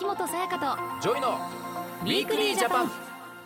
秋元才加とジョイのウィークリージャパン。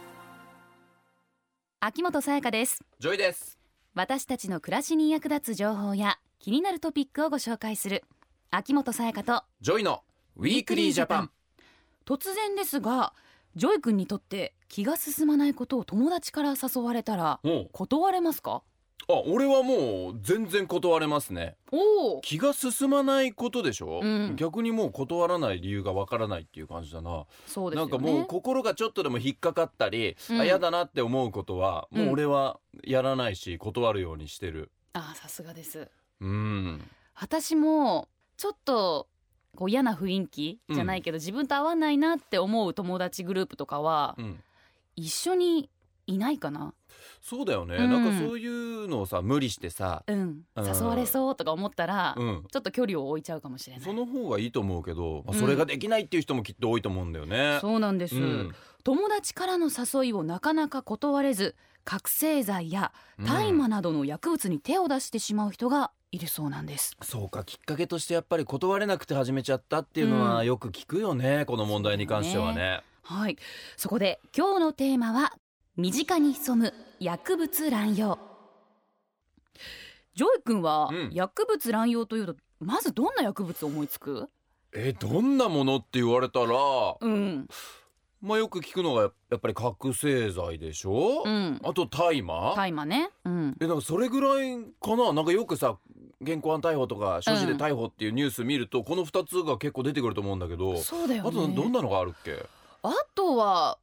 秋元才加です。 ジョイです。 私たちの暮らしに役立つ情報や気になるトピックをご紹介する秋元才加とジョイのウィークリージャパン。 突然ですが、ジョイ君にとって気が進まないことを友達から誘われたら断れますか？ 俺はもう全然断れますね。気が進まないことでしょ、逆にもう断らない理由がわからないっていう感じだな。 そうですよね。 なんかもう心がちょっとでも引っかかったり、嫌だなって思うことはもう俺はやらないし、断るようにしてる。 さすがです。 私もちょっとこう嫌な雰囲気じゃないけど、自分と合わないなって思う友達グループとかは、一緒にいないかな。 そうだよね、なんかそういうのをさ無理してさ、 誘われそうとか思ったら、ちょっと距離を置いちゃうかもしれない。 その方がいいと思うけど、それができないっていう人もきっと多いと思うんだよね。 そうなんです、友達からの誘いをなかなか断れず、覚醒剤や大麻などの薬物に手を出してしまう人がいるそうなんです。 そうか、きっかけとしてやっぱり断れなくて始めちゃったっていうのはよく聞くよね、この問題に関してはね。 はい、そこで今日のテーマは身近に潜む薬物乱用。ジョイ君は薬物乱用というと、まずどんな薬物を思いつく？ どんなものって言われたら、よく聞くのがやっぱり覚醒剤でしょ、あと大麻ね、 なんかそれぐらいかな。なんかよくさ、現行犯逮捕とか所持で逮捕っていうニュース見ると、この2つが結構出てくると思うんだけど。 そうだよね。 あとどんなのがあるっけ？ あとは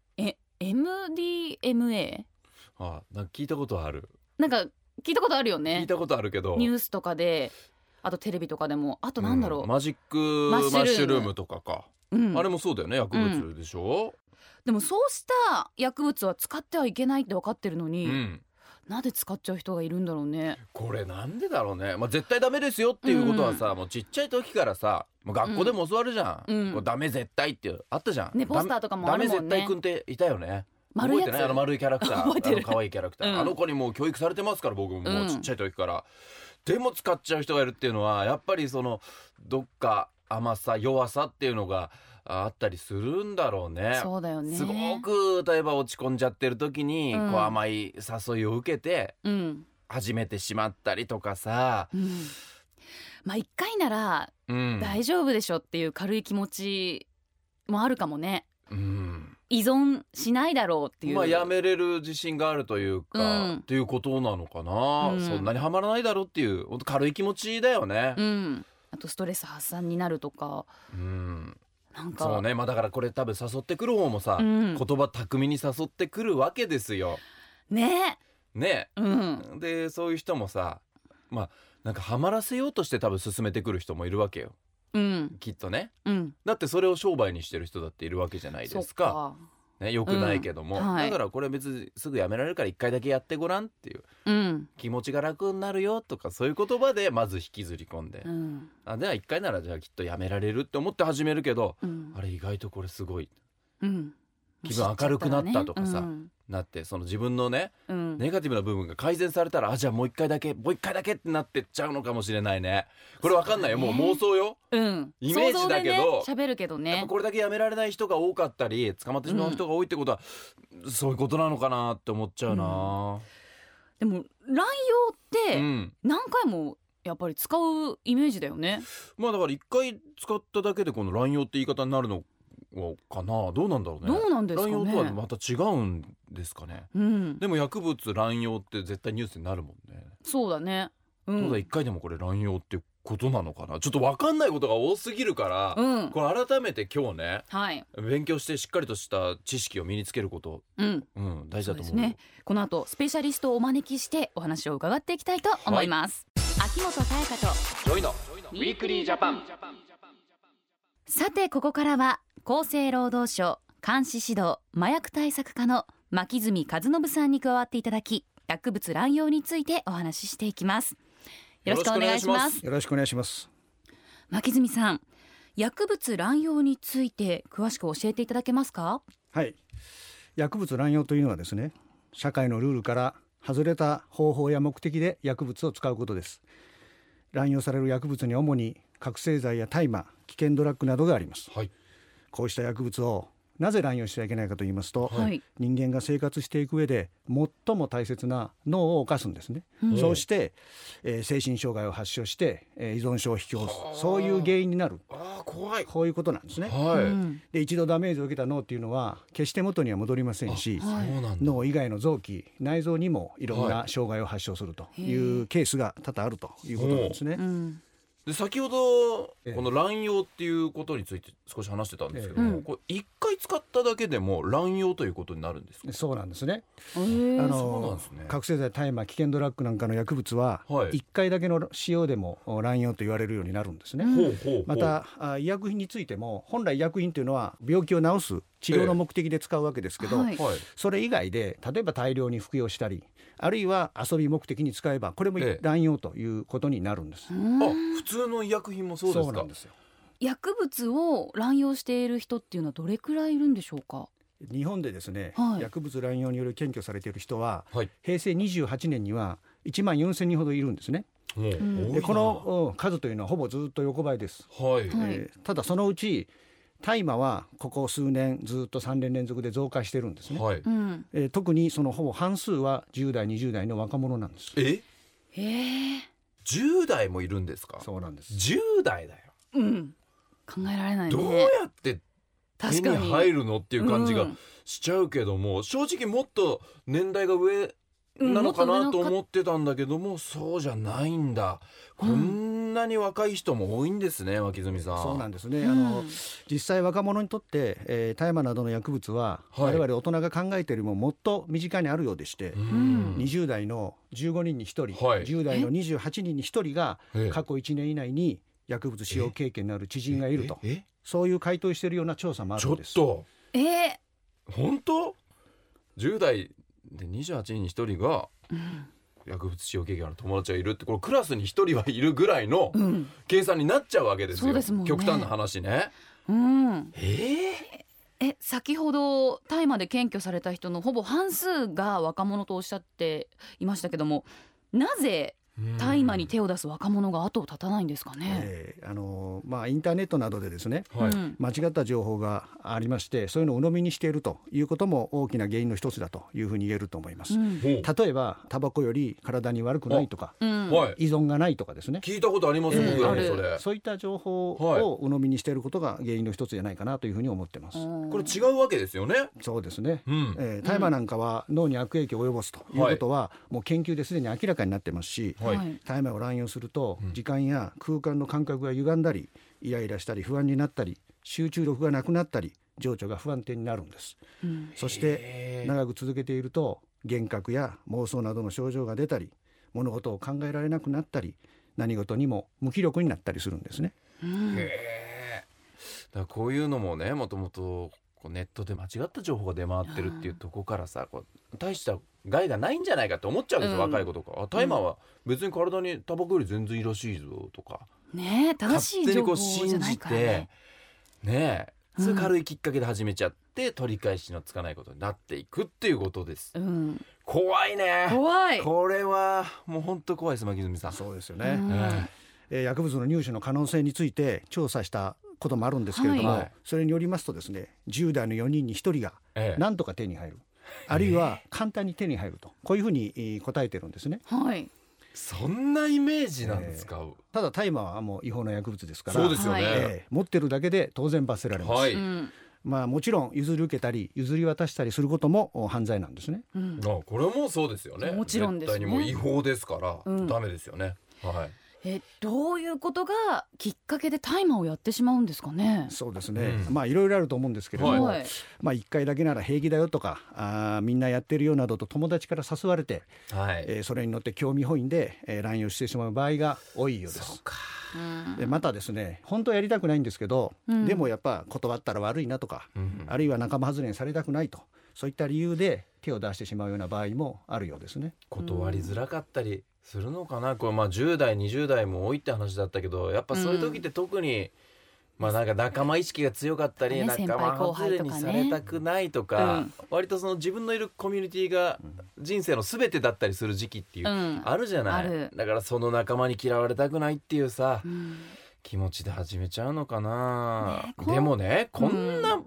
MDMA？ なんか聞いたことある。 なんか聞いたことあるよね。 聞いたことあるけど、 ニュースとかで、あとテレビとかでも。あとなんだろう、 マジックマッシュルームとかか、あれもそうだよね、薬物でしょ、 でもそうした薬物は使ってはいけないって分かってるのに、なんで使っちゃう人がいるんだろうね。 これなんでだろうね。絶対ダメですよっていうことはさ、もうちっちゃい時からさ、もう学校でも教わるじゃん、これダメ絶対ってあったじゃん、 ね、ポスターとかもあるもんね。 ダメ絶対くんっていたよね。 丸いやつ、 覚えてない？丸いキャラクター、可愛いキャラクター、あの子にもう教育されてますから、僕ももうちっちゃい時から、でも使っちゃう人がいるっていうのは、やっぱりそのどっか甘さ弱さっていうのがあったりするんだろうね。 そうだよね。 すごく例えば落ち込んじゃってる時に、こう甘い誘いを受けて始めてしまったりとかさ、 一回なら大丈夫でしょっていう軽い気持ちもあるかもね。依存しないだろうっていう、 やめれる自信があるというか、っていうことなのかな、そんなにはまらないだろうっていう本当軽い気持ちだよね。 あとストレス発散になるとか、なんかそうね。だからこれ多分誘ってくる方もさ、言葉巧みに誘ってくるわけですよね。 でそういう人もさ、なんかハマらせようとして多分進めてくる人もいるわけよ、きっとね、だってそれを商売にしてる人だっているわけじゃないですか。よくないけども、だからこれ別にすぐやめられるから一回だけやってごらんっていう、気持ちが楽になるよとか、そういう言葉でまず引きずり込んで、では一回ならじゃあきっとやめられるって思って始めるけど、あれ意外とこれすごい、気分明るくなったとかさ、なって、その自分のね、ネガティブな部分が改善されたら、じゃあもう一回だけってなってっちゃうのかもしれないね。これわかんないよ、もう妄想よ、イメージだけど、 喋るけどね、 やっぱこれだけやめられない人が多かったり捕まってしまう人が多いってことは、そういうことなのかなって思っちゃうな。 でも乱用って何回もやっぱり使うイメージだよね。 だから一回使っただけでこの乱用って言い方になるのかな。どうなんだろうね。 どうなんですかね。 乱用とはまた違うんですかね、でも薬物乱用って絶対ニュースになるもんね。 そうだね、 一回でもこれ乱用ってことなのかな。ちょっと分かんないことが多すぎるから、これ改めて今日ね、勉強してしっかりとした知識を身につけること、大事だと思うね。 この後スペシャリストをお招きしてお話を伺っていきたいと思います、秋元才加とジョイのウィークリージャパン。 さてここからは厚生労働省監視指導麻薬対策課の牧住和信さんに加わっていただき、薬物乱用についてお話ししていきます。よろしくお願いします。 よろしくお願いします。 牧住さん、薬物乱用について詳しく教えていただけますか？ はい、薬物乱用というのはですね、社会のルールから外れた方法や目的で薬物を使うことです。乱用される薬物に主に覚醒剤や大麻、危険ドラッグなどがあります。 こうした薬物をなぜ乱用しちゃいけないかと言いますと、 はい、 人間が生活していく上で最も大切な脳を侵すんですね、そうして、精神障害を発症して、依存症を引き起こす、そういう原因になる、 怖い、 こういうことなんですね、で一度ダメージを受けた脳っていうのは決して元には戻りませんし、脳以外の臓器、内臓にもいろんな障害を発症するというケースが多々あるということなんですね。 で先ほどこの乱用っていうことについて少し話してたんですけども、これ1回使っただけでも乱用ということになるんですか？ そうなんですね。 そうなんですね。 覚醒剤、大麻、危険ドラッグなんかの薬物は1回だけの使用でも乱用と言われるようになるんですね。また医薬品についても本来医薬品というのは病気を治す治療の目的で使うわけですけど、それ以外で例えば大量に服用したり、あるいは遊び目的に使えばこれも乱用ということになるんです。 普通の医薬品もそうですか？ そうなんですよ。 薬物を乱用している人っていうのはどれくらいいるんでしょうか？ 日本でですね、薬物乱用による検挙されている人は、平成28年には1万4000人ほどいるんですね。でこの数というのはほぼずっと横ばいです。ただそのうち大麻はここ数年ずっと3年連続で増加してるんですね。特にそのほぼ半数は10代20代の若者なんです。 10代もいるんですか？ そうなんです。 10代だよ。 考えられないね。 どうやって手に入るのっていう感じがしちゃうけども、正直もっと年代が上なのかなと思ってたんだけども、そうじゃないんだ。こんなに若い人も多いんですね、脇住さん。 そうなんですね。実際若者にとって、大麻などの薬物は、我々大人が考えているよりももっと身近にあるようでして、20代の15人に1人、10代の28人に1人が過去1年以内に薬物使用経験のある知人がいると、そういう回答しているような調査もあるんです。 ちょっと本当？10代で28人に1人が薬物使用経験ある友達がいるって、これクラスに1人はいるぐらいの計算になっちゃうわけですよ。 そうですもんね。 極端な話ね。 先ほど大麻で検挙された人のほぼ半数が若者とおっしゃっていましたけども、なぜ大麻に手を出す若者が後を絶たないんですかね。 インターネットなどでですね、間違った情報がありまして、そういうのを鵜呑みにしているということも大きな原因の一つだというふうに言えると思います。例えばタバコより体に悪くないとか、依存がないとかですね、 聞いたことあります、僕らもそれ。 そういった情報を鵜呑みにしていることが原因の一つじゃないかなというふうに思ってます。 これ違うわけですよね。 そうですね。大麻なんかは脳に悪影響を及ぼすということは、もう研究ですでに明らかになってますし、大麻を乱用すると時間や空間の感覚が歪んだり、イライラしたり不安になったり、集中力がなくなったり、情緒が不安定になるんです。そして長く続けていると幻覚や妄想などの症状が出たり、物事を考えられなくなったり、何事にも無気力になったりするんですね。 だからこういうのもね、もともとネットで間違った情報が出回ってるっていうところからさ、大した害がないんじゃないかって思っちゃうんですよ、若い子とか。大麻は別に体にタバコより全然いいらしいぞとかね、正しい情報じゃないからね。 そういう軽いきっかけで始めちゃって取り返しのつかないことになっていくっていうことです。怖いね。 怖い。 これはもう本当怖いです、牧住さん。 そうですよね。薬物の入手の可能性について調査したこともあるんですけれども、それによりますとですね、10代の4人に1人が何とか手に入る、あるいは簡単に手に入ると、こういうふうに答えてるんですね。 そんなイメージなんですか。 ただ大麻はもう違法な薬物ですから、 そうですよね。 持ってるだけで当然罰せられます。もちろん譲り受けたり譲り渡したりすることも犯罪なんですね。 これもそうですよね。 もちろんですね。 絶対にもう違法ですからダメですよね。 どういうことがきっかけで大麻をやってしまうんですかね。 そうですね、いろいろあると思うんですけれども、1回だけなら平気だよとか、みんなやってるよなどと友達から誘われて、それに乗って興味本位で、乱用してしまう場合が多いようです。でまたですね、本当はやりたくないんですけど、でもやっぱ断ったら悪いなとか、あるいは仲間外れにされたくないと、そういった理由で手を出してしまうような場合もあるようですね。 断りづらかったりするのかな。これ10代20代も多いって話だったけど、やっぱそういう時って特に、なんか仲間意識が強かったり、仲間外れにされたくないとか、割とその自分のいるコミュニティが人生の全てだったりする時期っていう、あるじゃない。だからその仲間に嫌われたくないっていうさ、気持ちで始めちゃうのかな。でもね、こんな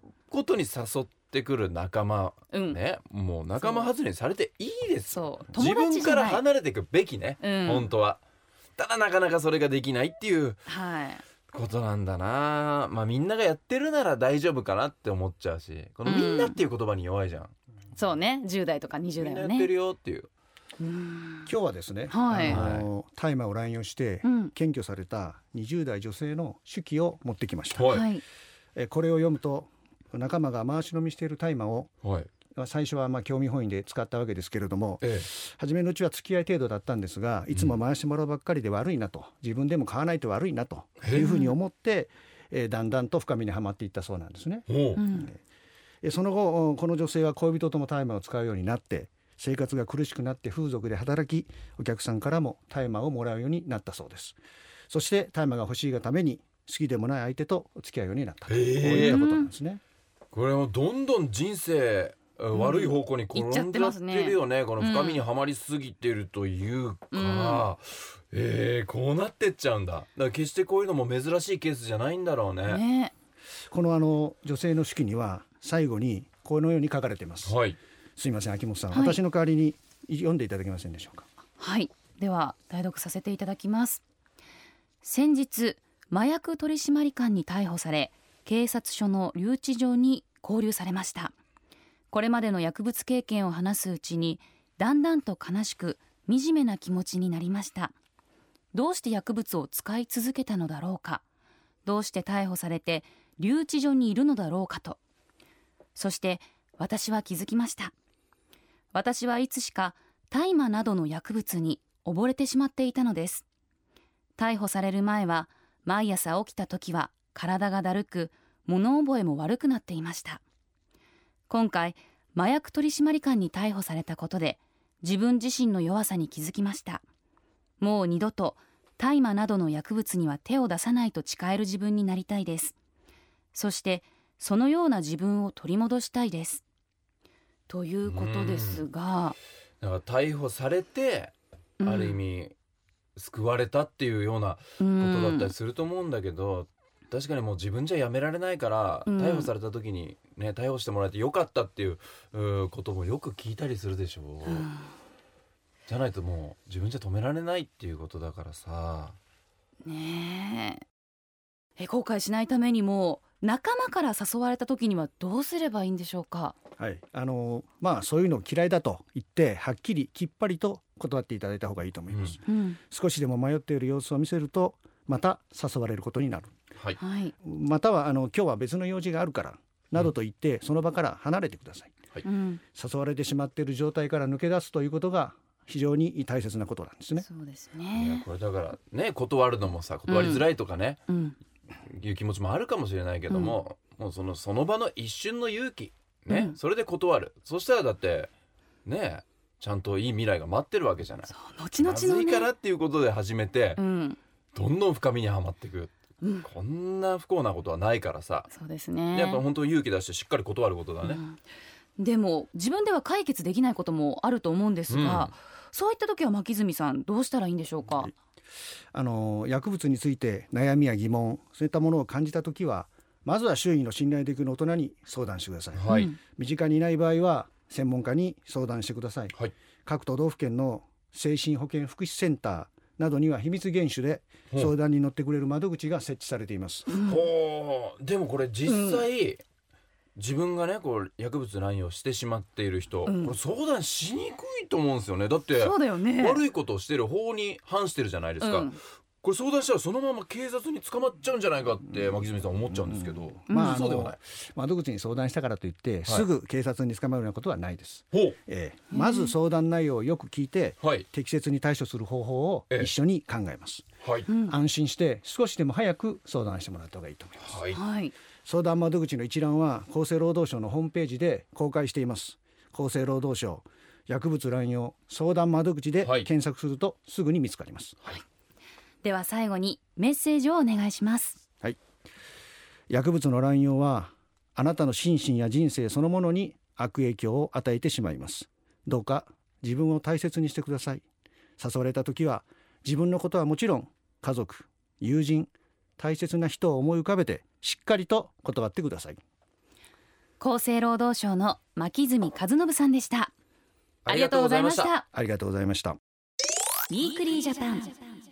に誘ってくる仲間、ね、もう仲間外れにされていいですよ。自分から離れていくべきね、本当は。ただなかなかそれができないっていうことなんだな。まあみんながやってるなら大丈夫かなって思っちゃうし、このみんなっていう言葉に弱いじゃん。 そうね、10代とか20代はね、みんなやってるよっていう。 今日はですね、大麻を乱用して検挙された20代女性の手記を持ってきました。これを読むと、仲間が回し飲みしている大麻を、最初は興味本位で使ったわけですけれども、初めのうちは付き合い程度だったんですが、いつも回してもらうばっかりで悪いなと、自分でも買わないと悪いなというふうに思って、だんだんと深みにはまっていったそうなんですね。その後、この女性は恋人とも大麻を使うようになって、生活が苦しくなって風俗で働き、お客さんからも大麻をもらうようになったそうです。そして大麻が欲しいがために好きでもない相手と付き合うようになったということなんですね。 これもどんどん人生悪い方向に転んじゃってるよね、この深みにはまりすぎてるというか、こうなってっちゃうんだ。だから決してこういうのも珍しいケースじゃないんだろうね。 この女性の手記には最後にこのように書かれています。すいません、秋元さん、私の代わりに読んでいただけませんでしょうか。 はい、では代読させていただきます。先日、麻薬取締官に逮捕され、警察署の留置場に勾留されました。これまでの薬物経験を話すうちに、だんだんと悲しく惨めな気持ちになりました。どうして薬物を使い続けたのだろうか、どうして逮捕されて留置所にいるのだろうかと。そして私は気づきました。私はいつしか大麻などの薬物に溺れてしまっていたのです。逮捕される前は、毎朝起きた時は体がだるく、物覚えも悪くなっていました。今回、麻薬取締官に逮捕されたことで、自分自身の弱さに気づきました。もう二度と大麻などの薬物には手を出さないと誓える自分になりたいです。そしてそのような自分を取り戻したいです、ということですが、 だから逮捕されて、ある意味救われたっていうようなことだったりすると思うんだけど、確かにもう自分じゃやめられないから、逮捕された時にね、逮捕してもらえてよかったっていうこともよく聞いたりするでしょう。じゃないともう自分じゃ止められないっていうことだからさねえ。後悔しないためにも、仲間から誘われた時にはどうすればいいんでしょうか。 そういうの嫌いだと言って、はっきりきっぱりと断っていただいた方がいいと思います。少しでも迷っている様子を見せると、また誘われることになる。または今日は別の用事があるからなどと言って、その場から離れてください。誘われてしまっている状態から抜け出すということが非常に大切なことなんですね。 そうですね。 これだからね、断るのもさ、断りづらいとかね、いう気持ちもあるかもしれないけども、もうその場の一瞬の勇気ね、それで断る。そしたらだってね、ちゃんといい未来が待ってるわけじゃない。 後々のね、 まずいからっていうことで始めて、どんどん深みにはまっていく、こんな不幸なことはないからさ。 そうですね。 やっぱ本当勇気出してしっかり断ることだね。 でも自分では解決できないこともあると思うんですが、そういった時は牧住さん、どうしたらいいんでしょうか。 薬物について悩みや疑問、そういったものを感じた時は、まずは周囲の信頼できる大人に相談してください。身近にいない場合は専門家に相談してください。各都道府県の精神保健福祉センターなどには秘密厳守で相談に乗ってくれる窓口が設置されています。 でもこれ実際、自分がね、こう薬物乱用してしまっている人、これ相談しにくいと思うんですよね。だってそうだよね、 悪いことをしてる法に反してるじゃないですか。これ相談したらそのまま警察に捕まっちゃうんじゃないかって牧住さん思っちゃうんですけど、そうではない。 窓口に相談したからといってすぐ警察に捕まるようなことはないです。まず相談内容をよく聞いて、適切に対処する方法を一緒に考えます。安心して少しでも早く相談してもらった方がいいと思います。相談窓口の一覧は厚生労働省のホームページで公開しています。厚生労働省薬物乱用相談窓口で検索するとすぐに見つかります。 では最後にメッセージをお願いします。 薬物の乱用はあなたの心身や人生そのものに悪影響を与えてしまいます。どうか自分を大切にしてください。誘われた時は自分のことはもちろん、家族、友人、大切な人を思い浮かべてしっかりと断ってください。 厚生労働省の牧住和信さんでした。ありがとうございました。 ありがとうございました。 ウィークリージャパン。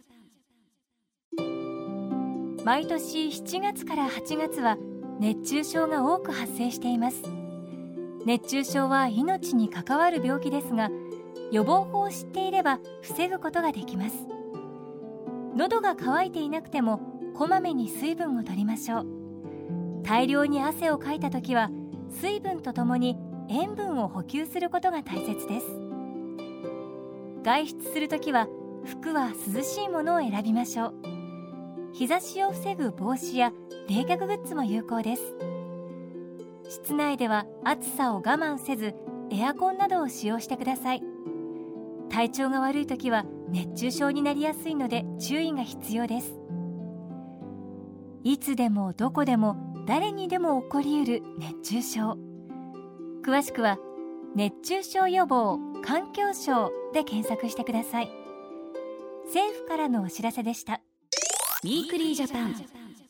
毎年7月から8月は熱中症が多く発生しています。熱中症は命に関わる病気ですが、予防法を知っていれば防ぐことができます。喉が渇いていなくてもこまめに水分を取りましょう。大量に汗をかいたときは水分とともに塩分を補給することが大切です。外出するときは服は涼しいものを選びましょう。日差しを防ぐ帽子や冷却グッズも有効です。室内では暑さを我慢せずエアコンなどを使用してください。体調が悪いときは熱中症になりやすいので注意が必要です。いつでもどこでも誰にでも起こりうる熱中症。詳しくは熱中症予防環境省で検索してください。政府からのお知らせでした。 ウィークリージャパン。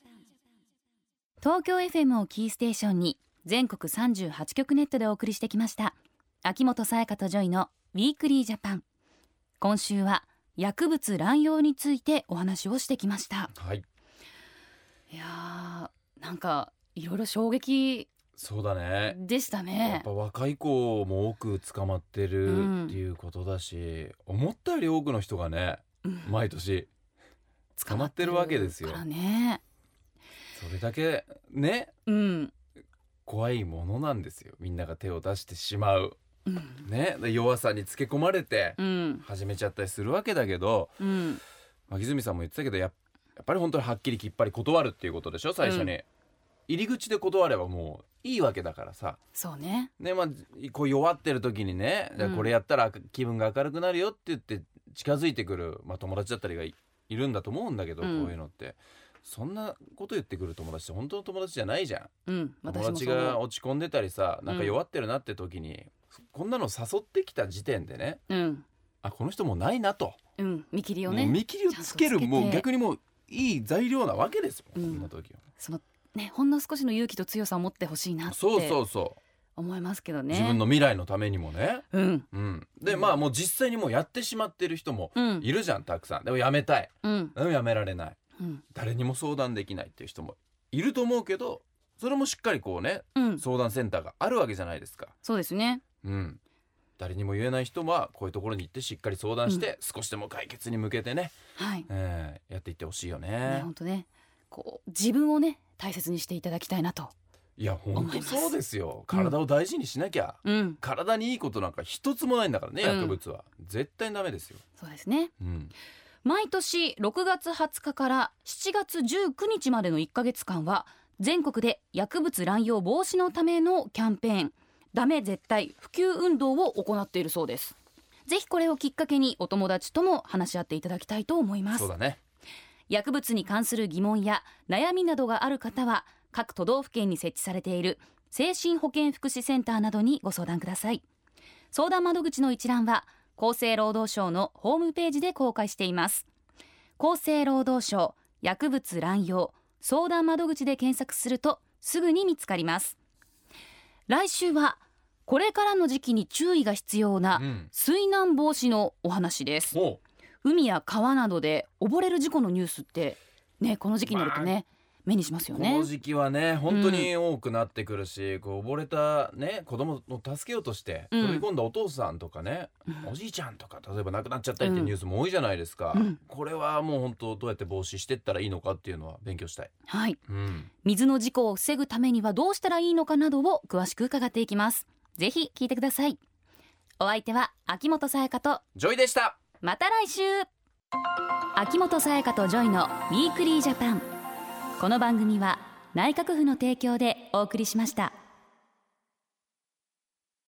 東京 FM をキーステーションに全国38局ネットでお送りしてきました秋元才加とジョイのウィークリージャパン。今週は薬物乱用についてお話をしてきました。 はい。 いやなんかいろいろ衝撃そうだねでしたね。 やっぱ若い子も多く捕まってるっていうことだし、思ったより多くの人がね、毎年捕まってるわけですよ。 からね、 それだけね、怖いものなんですよ。みんなが手を出してしまう、ね、弱さにつけ込まれて始めちゃったりするわけだけど、牧住さんも言ってたけど やっぱり本当にはっきりきっぱり断るっていうことでしょ。最初に、入り口で断ればもういいわけだからさ。 そうね。 で、こう弱ってる時にね、じゃあこれやったら気分が明るくなるよって言って近づいてくる、友達だったりがいるんだと思うんだけど、こういうのってそんなこと言ってくる友達って本当の友達じゃないじゃん。友達が落ち込んでたりさ、なんか弱ってるなって時に、こんなの誘ってきた時点でね、この人もうないなと、 見切りをね、 見切りをつける、もう逆にもういい材料なわけですよ、こんな時は。 そのね、ほんの少しの勇気と強さを持ってほしいなって思いますけどね。 自分の未来のためにもね。でもう実際にもうやってしまってる人もいるじゃん、たくさん。でもやめたい、でもやめられない、誰にも相談できないっていう人もいると思うけど、それもしっかりこうね、相談センターがあるわけじゃないですか。 そうですね。 誰にも言えない人はこういうところに行ってしっかり相談して、少しでも解決に向けてね、やっていってほしいよね。 本当ね、こう自分をね大切にしていただきたいなと。 いや本当そうですよ。体を大事にしなきゃ、体にいいことなんか一つもないんだからね、薬物は絶対ダメですよ。 そうですね。毎年6月20日から7月19日までの1ヶ月間は全国で薬物乱用防止のためのキャンペーン、ダメ絶対普及運動を行っているそうです。ぜひこれをきっかけにお友達とも話し合っていただきたいと思います。 そうだね。 薬物に関する疑問や悩みなどがある方は各都道府県に設置されている精神保健福祉センターなどにご相談ください。相談窓口の一覧は厚生労働省のホームページで公開しています。厚生労働省薬物乱用相談窓口で検索するとすぐに見つかります。来週はこれからの時期に注意が必要な水難防止のお話です。海や川などで溺れる事故のニュースってね、この時期になるとね、目にしますよね。 この時期はね本当に多くなってくるし、こう溺れたね子供を助けようとして飛び込んだお父さんとかね、おじいちゃんとか例えば亡くなっちゃったりっていうニュースも多いじゃないですか。これはもう本当どうやって防止していったらいいのかっていうのは勉強したい。水の事故を防ぐためにはどうしたらいいのかなどを詳しく伺っていきます。ぜひ聞いてください。お相手は秋元才加とジョイでした。 また来週。秋元才加とジョイのウィークリージャパン。この番組は内閣府の提供でお送りしました。